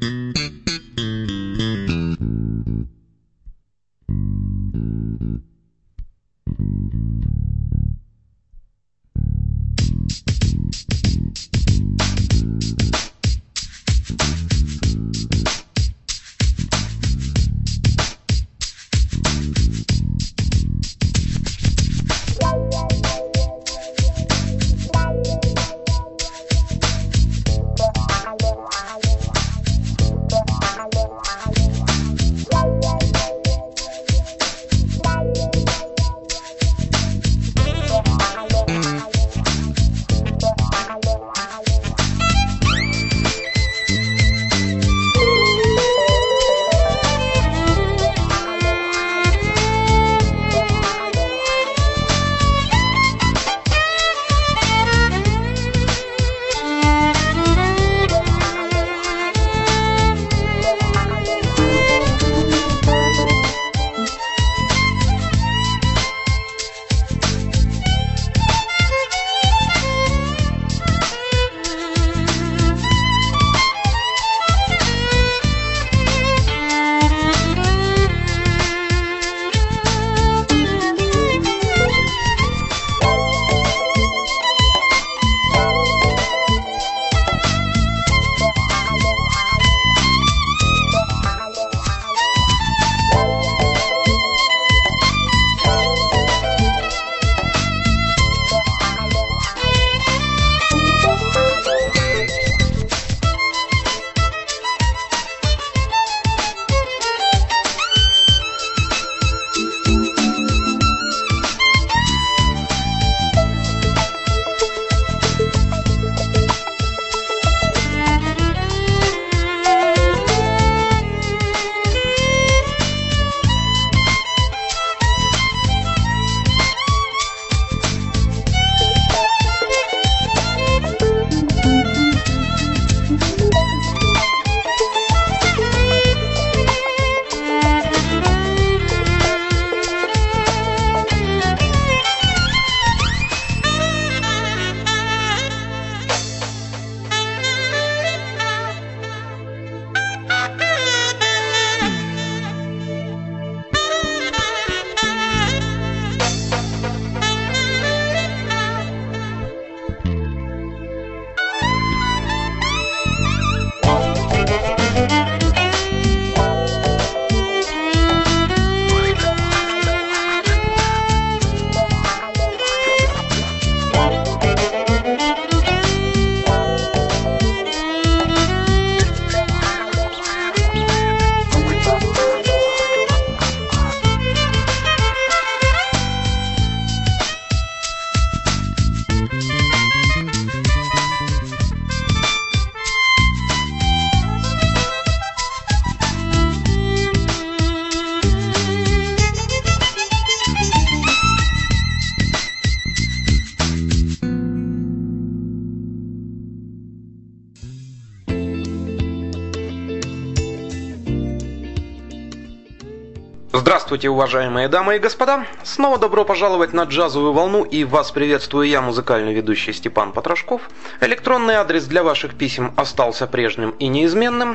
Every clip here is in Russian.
Здравствуйте, уважаемые дамы и господа! Снова добро пожаловать на джазовую волну, и вас приветствую я, музыкальный ведущий Степан Потрошков. Электронный адрес для ваших писем остался прежним и неизменным: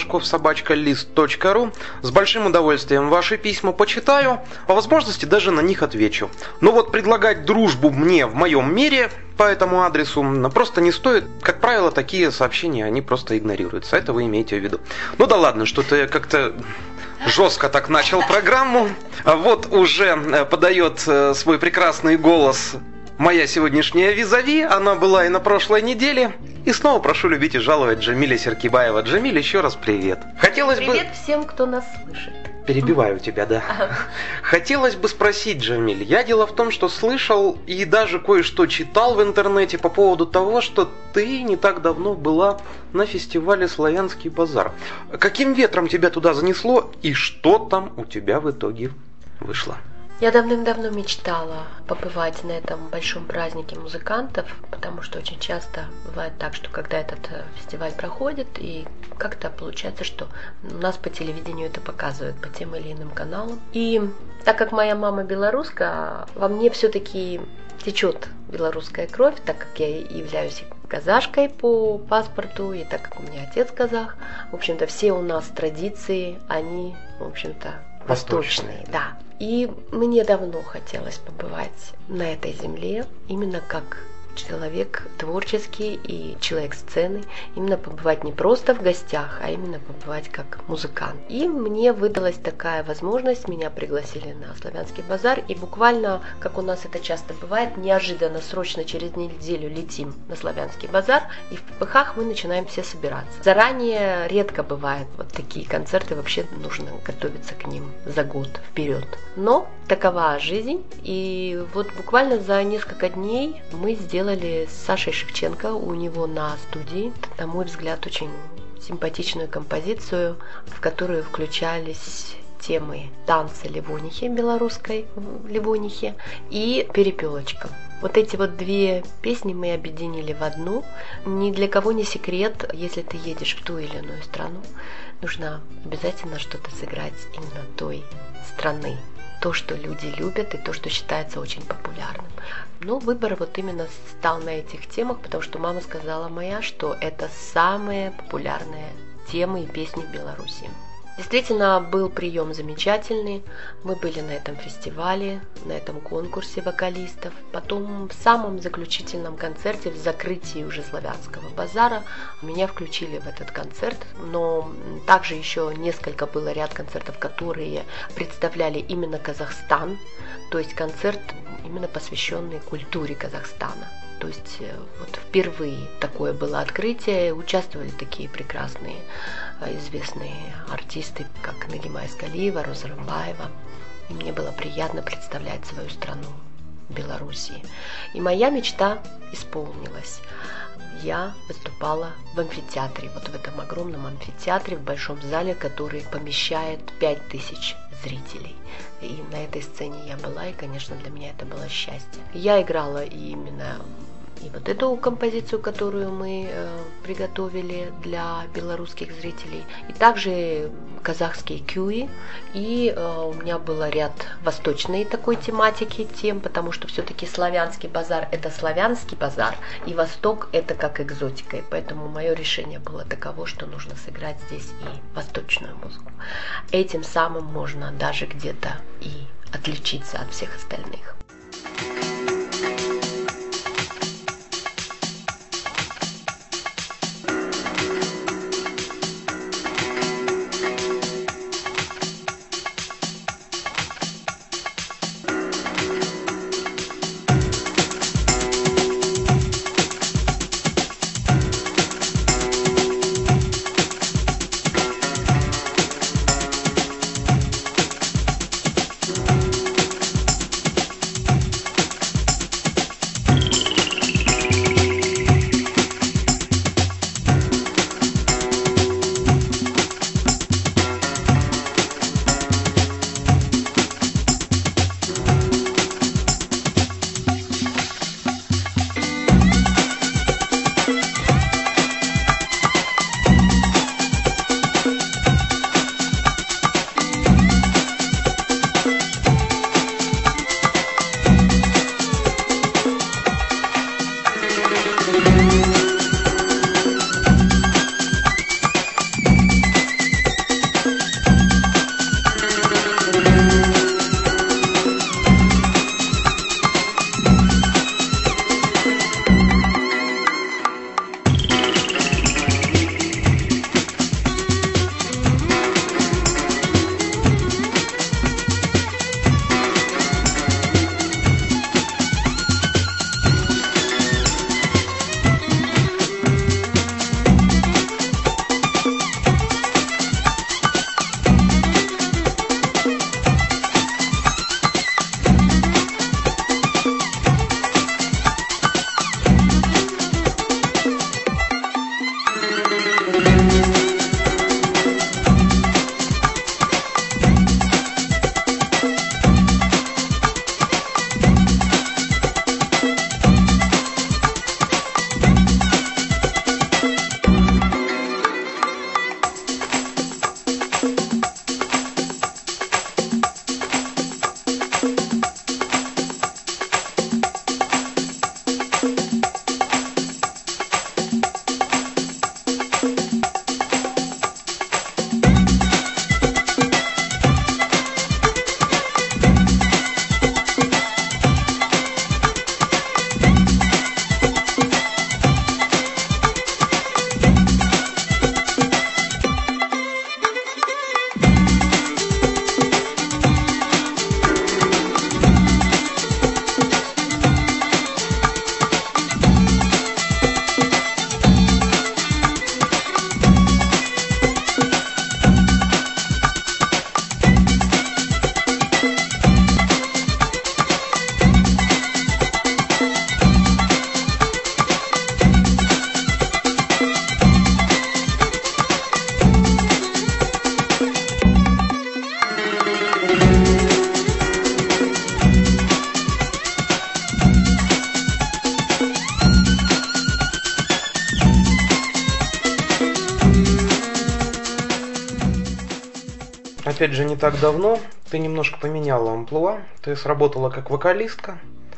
потрошков@list.ru. С большим удовольствием ваши письма почитаю, по возможности даже на них отвечу. Но вот предлагать дружбу мне в моем мире по этому адресу просто не стоит. Как правило, такие сообщения, они просто игнорируются. Это вы имеете в виду. Ну да ладно, что-то я как-то жестко так начал программу. Вот уже подает свой прекрасный голос моя сегодняшняя визави. Она была и на прошлой неделе. И снова прошу любить и жаловать Джамиля Серкибаева. Джамиль, еще раз привет. Привет всем, кто нас слышит. Перебиваю тебя, да. Хотелось бы спросить, Джамиль, я дело в том, что слышал и даже кое-что читал в интернете по поводу того, что ты не так давно была на фестивале «Славянский базар». Каким ветром тебя туда занесло и что там у тебя в итоге вышло? Я давным-давно мечтала побывать на этом большом празднике музыкантов, потому что очень часто бывает так, что когда этот фестиваль проходит, и как-то получается, что у нас по телевидению это показывают по тем или иным каналам. И так как моя мама белоруска, во мне все-таки течет белорусская кровь, так как я являюсь казашкой по паспорту, и так как у меня отец казах, в общем-то, все у нас традиции, они, в общем-то, восточные, да. И мне давно хотелось побывать на этой земле, именно как человек творческий и человек сцены, именно побывать не просто в гостях, а именно побывать как музыкант. И мне выдалась такая возможность, меня пригласили на Славянский базар, и буквально, как у нас это часто бывает, неожиданно, срочно через неделю летим на Славянский базар, и в попыхах мы начинаем все собираться. Заранее редко бывает вот такие концерты, вообще нужно готовиться к ним за год вперед. Но такова жизнь, и вот буквально за несколько дней мы сделали с Сашей Шевченко у него на студии, на мой взгляд, очень симпатичную композицию, в которую включались темы танца Ливонихи, белорусской Ливонихи, и перепелочка. Вот эти вот две песни мы объединили в одну. Ни для кого не секрет, если ты едешь в ту или иную страну, нужно обязательно что-то сыграть именно той страны. То, что люди любят, и то, что считается очень популярным. Но выбор вот именно стал на этих темах, потому что мама сказала моя, что это самые популярные темы и песни в Беларуси. Действительно, был прием замечательный. Мы были на этом фестивале, на этом конкурсе вокалистов. Потом в самом заключительном концерте, в закрытии уже Славянского базара, меня включили в этот концерт. Но также еще несколько было ряд концертов, которые представляли именно Казахстан. То есть концерт именно посвященный культуре Казахстана. То есть вот впервые такое было открытие, участвовали такие прекрасные известные артисты, как Нагима Эскалиева, Роза Рымбаева. И мне было приятно представлять свою страну, Белоруссии. И моя мечта исполнилась. Я выступала в амфитеатре, вот в этом огромном амфитеатре, в большом зале, который помещает 5000 зрителей. И на этой сцене я была, и, конечно, для меня это было счастье. Я играла именно и вот эту композицию, которую мы приготовили для белорусских зрителей, и также казахские кюи, и у меня был ряд восточной такой тематики тем, потому что все-таки славянский базар – это славянский базар, и Восток – это как экзотика, и поэтому мое решение было таково, что нужно сыграть здесь и восточную музыку. Этим самым можно даже где-то и отличиться от всех остальных. опять же, не так давно ты немножко поменяла амплуа. Ты сработала как вокалистка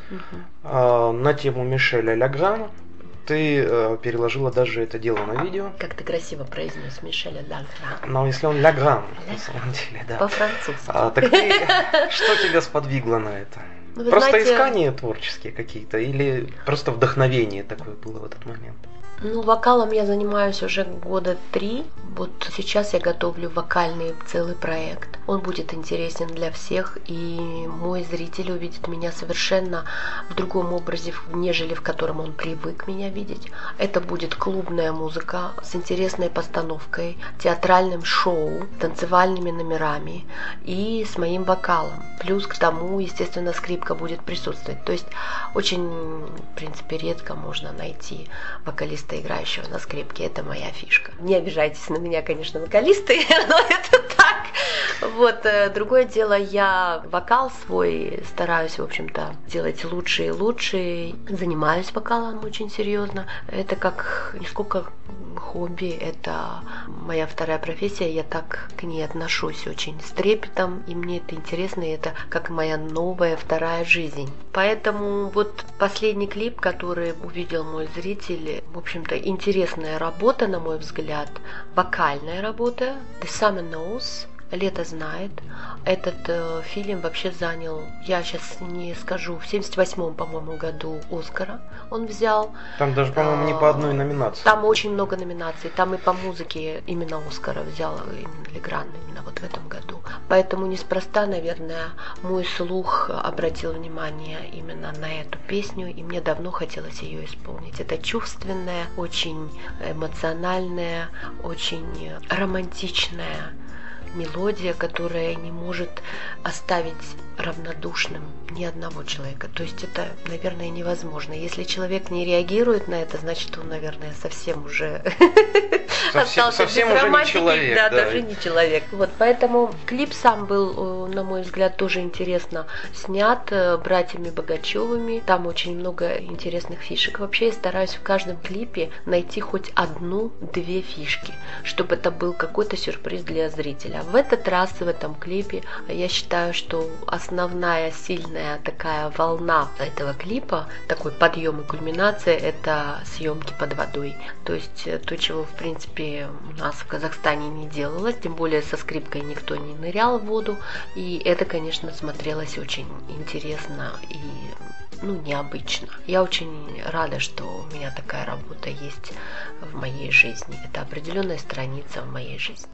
на тему Мишеля Ляграна. Ты переложила даже это дело на видео. Как ты красиво произнес Мишеля Лягран. Но если он Лягран, на самом деле, да. По-французски. Так ты, что тебя сподвигло на это? Ну, просто знаете, искания творческие какие-то или просто вдохновение такое было в этот момент? Ну, вокалом я занимаюсь уже года 3. Вот сейчас я готовлю вокальный целый проект. Он будет интересен для всех, и мой зритель увидит меня совершенно в другом образе, нежели в котором он привык меня видеть. Это будет клубная музыка с интересной постановкой, театральным шоу, танцевальными номерами и с моим вокалом. Плюс к тому, естественно, скрипка будет присутствовать. То есть очень, в принципе, редко можно найти вокалиста, играющего на скрипке. Это моя фишка. Не обижайтесь на меня, конечно, вокалисты, но это так. Вот, другое дело, я вокал свой стараюсь, в общем-то, делать лучше и лучше. Занимаюсь вокалом очень серьезно. Это как не сколько хобби, это моя вторая профессия. Я так к ней отношусь очень с трепетом, и мне это интересно, и это как моя новая вторая жизнь. Поэтому вот последний клип, который увидел мой зритель, в общем-то, интересная работа, на мой взгляд, вокальная работа. The Summer Knows. Лето знает. Этот фильм вообще занял, я сейчас не скажу, в 78-м, по-моему, году Оскара он взял. Там даже, по-моему, не по одной номинации. Там очень много номинаций. Там и по музыке именно Оскара взял именно Лягран именно вот в этом году. Поэтому неспроста, наверное, мой слух обратил внимание именно на эту песню, и мне давно хотелось ее исполнить. Это чувственная, очень эмоциональная, очень романтичная мелодия, которая не может оставить равнодушным ни одного человека. То есть это, наверное, невозможно. Если человек не реагирует на это, значит, он, наверное, совсем уже остался без романтики. Да, даже не человек. Вот, поэтому клип сам был, на мой взгляд, тоже интересно снят братьями Богачевыми. Там очень много интересных фишек. Вообще я стараюсь в каждом клипе найти хоть одну-две фишки, чтобы это был какой-то сюрприз для зрителя. В этот раз, в этом клипе, я считаю, что основная сильная такая волна этого клипа, такой подъем и кульминация, это съемки под водой. То есть то, чего, в принципе, у нас в Казахстане не делалось, тем более со скрипкой никто не нырял в воду. И это, конечно, смотрелось очень интересно и необычно. Я очень рада, что у меня такая работа есть в моей жизни. Это определенная страница в моей жизни.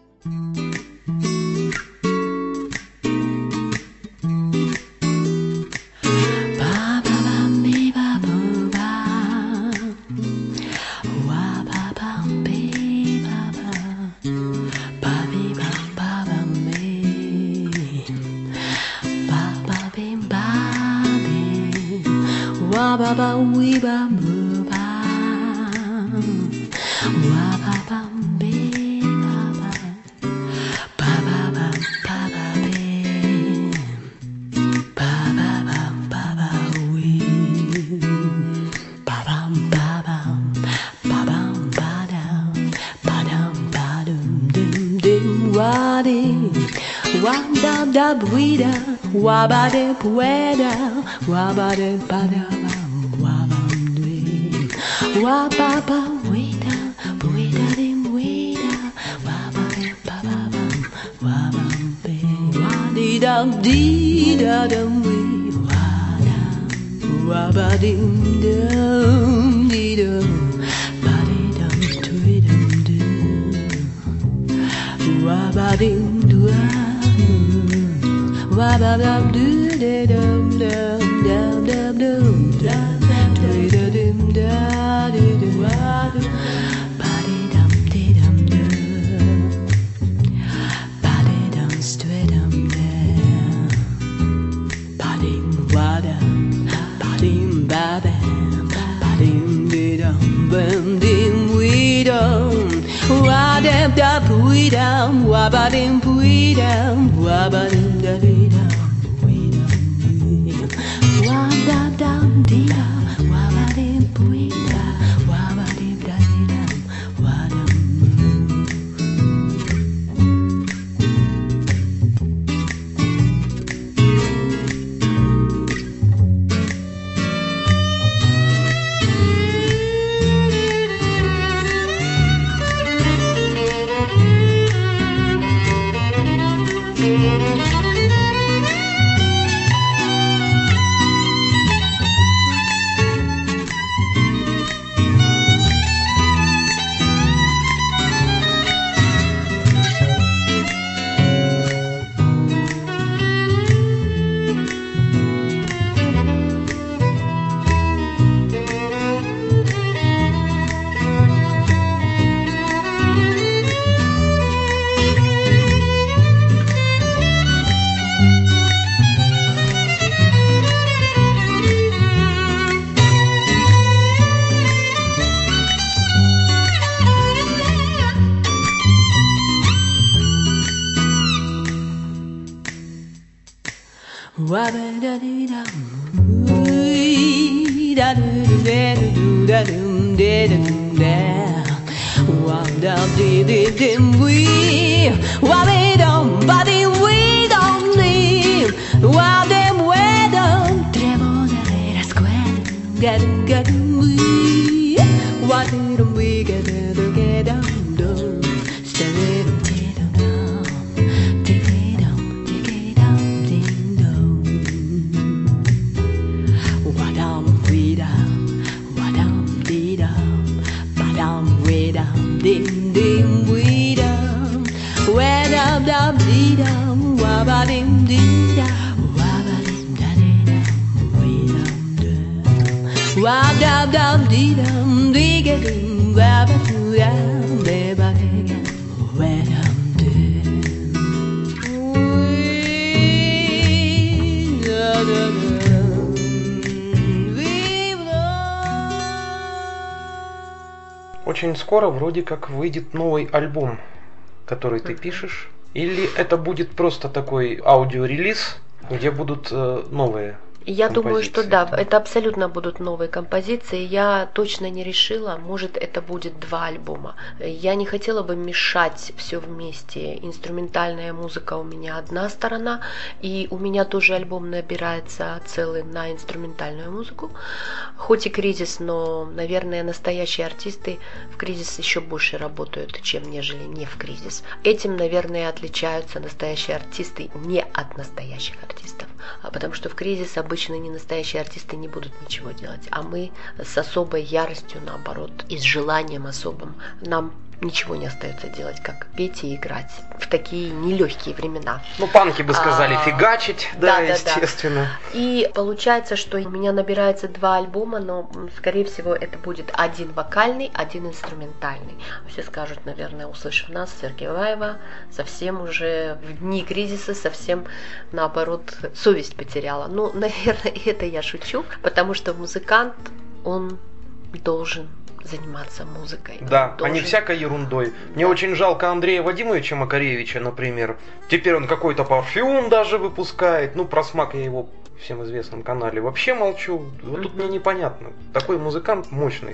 Очень скоро вроде как выйдет новый альбом, который ты пишешь. Или это будет просто такой аудиорелиз, где будут новые Я композиции? думаю, что да, это абсолютно будут новые композиции. Я точно не решила, может это будет 2 альбома. Я не хотела бы мешать все вместе. Инструментальная музыка у меня одна сторона, и у меня тоже альбом набирается целый на инструментальную музыку. Хоть и кризис, но, наверное, настоящие артисты в кризис еще больше работают, чем нежели не в кризис. Этим, наверное, отличаются настоящие артисты не от настоящих артистов. Потому что в кризис обычно не настоящие артисты не будут ничего делать, а мы с особой яростью, наоборот, и с желанием особым, нам ничего не остается делать, как петь и играть в такие нелегкие времена. Ну, панки бы сказали фигачить, да, естественно. Да. И получается, что у меня набирается 2 альбома, но, скорее всего, это будет 1 вокальный, 1 инструментальный. Все скажут, наверное, услышав нас, Сергеева совсем уже в дни кризиса, совсем, наоборот, совесть потеряла. Ну, наверное, это я шучу, потому что музыкант, он должен заниматься музыкой. Да, а не всякой ерундой. Мне очень жалко Андрея Вадимовича Макаревича, например. Теперь он какой-то парфюм даже выпускает. Ну, про смак я его всем известном канале вообще молчу. Вот тут мне непонятно. Такой музыкант мощный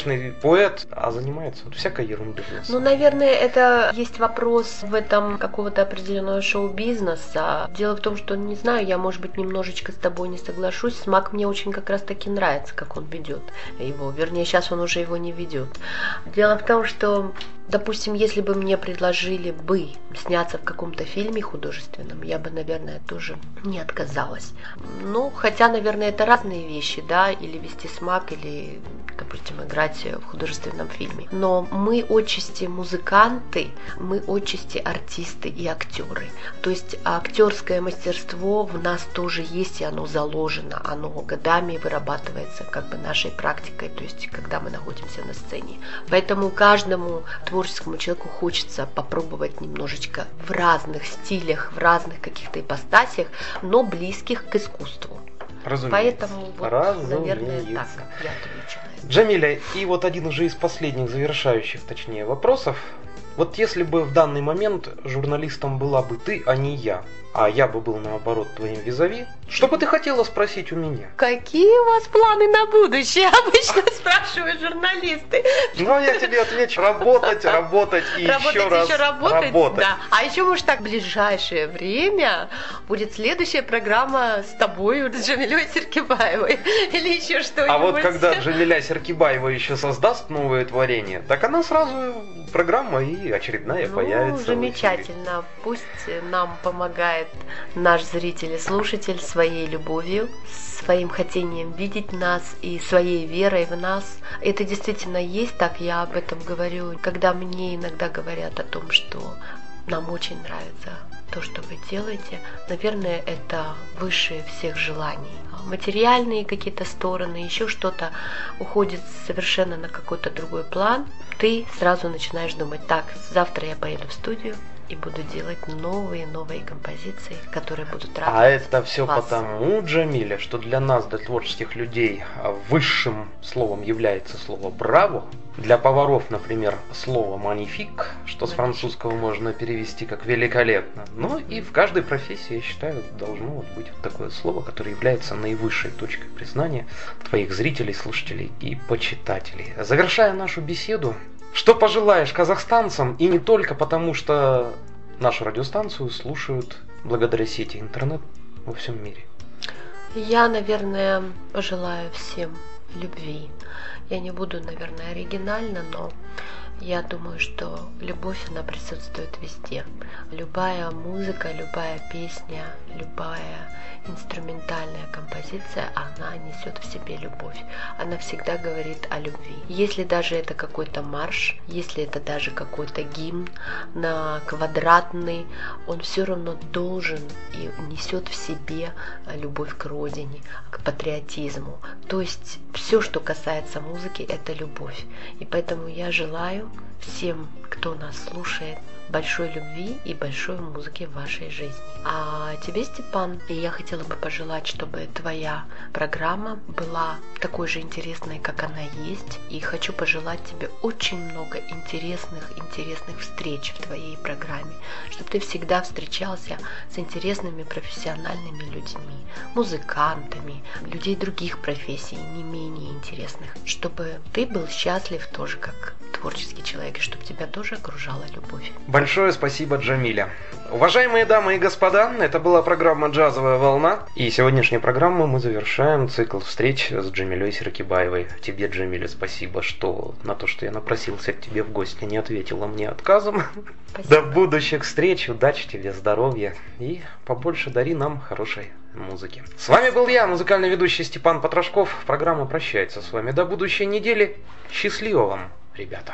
поэт, а занимается вот всякой ерундой. Ну, наверное, это есть вопрос в этом какого-то определенного шоу-бизнеса. Дело в том, что, не знаю, я, может быть, немножечко с тобой не соглашусь. Смак мне очень как раз-таки нравится, как он ведет его. Вернее, сейчас он уже его не ведет. Дело в том, что, допустим, если бы мне предложили бы сняться в каком-то фильме художественном, я бы, наверное, тоже не отказалась. Ну, хотя, наверное, это разные вещи, да, или вести смак, или, допустим, играть в художественном фильме. Но мы отчасти музыканты, мы отчасти артисты и актеры. То есть актерское мастерство в нас тоже есть, и оно заложено, оно годами вырабатывается как бы нашей практикой, то есть когда мы находимся на сцене. Поэтому каждому творческому человеку хочется попробовать немножечко в разных стилях, в разных каких-то ипостасях, но близких к искусству. Разумеется. Поэтому, вот, наверное, так я отвечу на это. Джамиля, и вот один уже из последних, завершающих, точнее, вопросов. Вот если бы в данный момент журналистом была бы ты, а не я, а я бы был, наоборот, твоим визави, что бы ты хотела спросить у меня? Какие у вас планы на будущее? Обычно спрашивают журналисты. Ну, я тебе отвечу. Работать и еще раз работать. Да. А еще, может, так в ближайшее время будет следующая программа с тобой, с Джамилей Серкибаевой. Или еще что-нибудь. А вот когда Джамиля Серкибаева еще создаст новое творение, так она сразу, программа и очередная появится. Замечательно. Пусть нам помогает наш зритель и слушатель своей любовью, своим хотением видеть нас и своей верой в нас. Это действительно есть так, я об этом говорю, когда мне иногда говорят о том, что нам очень нравится то, что вы делаете. Наверное, это выше всех желаний. Материальные какие-то стороны, еще что-то уходит совершенно на какой-то другой план. Ты сразу начинаешь думать: так, завтра я поеду в студию и буду делать новые композиции, которые будут радовать. А это все вас. потому, Джамиля, что для нас, для творческих людей, высшим словом является слово «браво». Для поваров, например, слово «манифик», что с французского можно перевести как «великолепно». Но и в каждой профессии, я считаю, должно быть вот такое слово, которое является наивысшей точкой признания твоих зрителей, слушателей и почитателей. Завершая нашу беседу, что пожелаешь казахстанцам, и не только потому, что нашу радиостанцию слушают благодаря сети интернет во всем мире? Я, наверное, пожелаю всем любви. Я не буду, наверное, оригинальна, но я думаю, что любовь, она присутствует везде. Любая музыка, любая песня, любая инструментальная композиция, она несет в себе любовь. Она всегда говорит о любви. Если даже это какой-то марш, если это даже какой-то гимн на квадратный, он все равно должен и несет в себе любовь к родине, к патриотизму. То есть все, что касается музыки, это любовь. И поэтому я желаю всем, кто нас слушает, большой любви и большой музыки в вашей жизни. А тебе, Степан, я хотела бы пожелать, чтобы твоя программа была такой же интересной, как она есть. И хочу пожелать тебе очень много интересных встреч в твоей программе. Чтобы ты всегда встречался с интересными профессиональными людьми, музыкантами, людей других профессий, не менее интересных. Чтобы ты был счастлив тоже, как творческий человек, и чтобы тебя тоже окружала любовь. Большое спасибо, Джамиля. Уважаемые дамы и господа, это была программа «Джазовая волна». И сегодняшней программой мы завершаем цикл встреч с Джамилей Серкибаевой. Тебе, Джамиля, спасибо, что на то, что я напросился к тебе в гости, не ответила мне отказом. Спасибо. До будущих встреч, удачи тебе, здоровья и побольше дари нам хорошей музыки. С вами был я, музыкальный ведущий Степан Потрошков. Программа прощается с вами до будущей недели. Счастливо вам, ребята.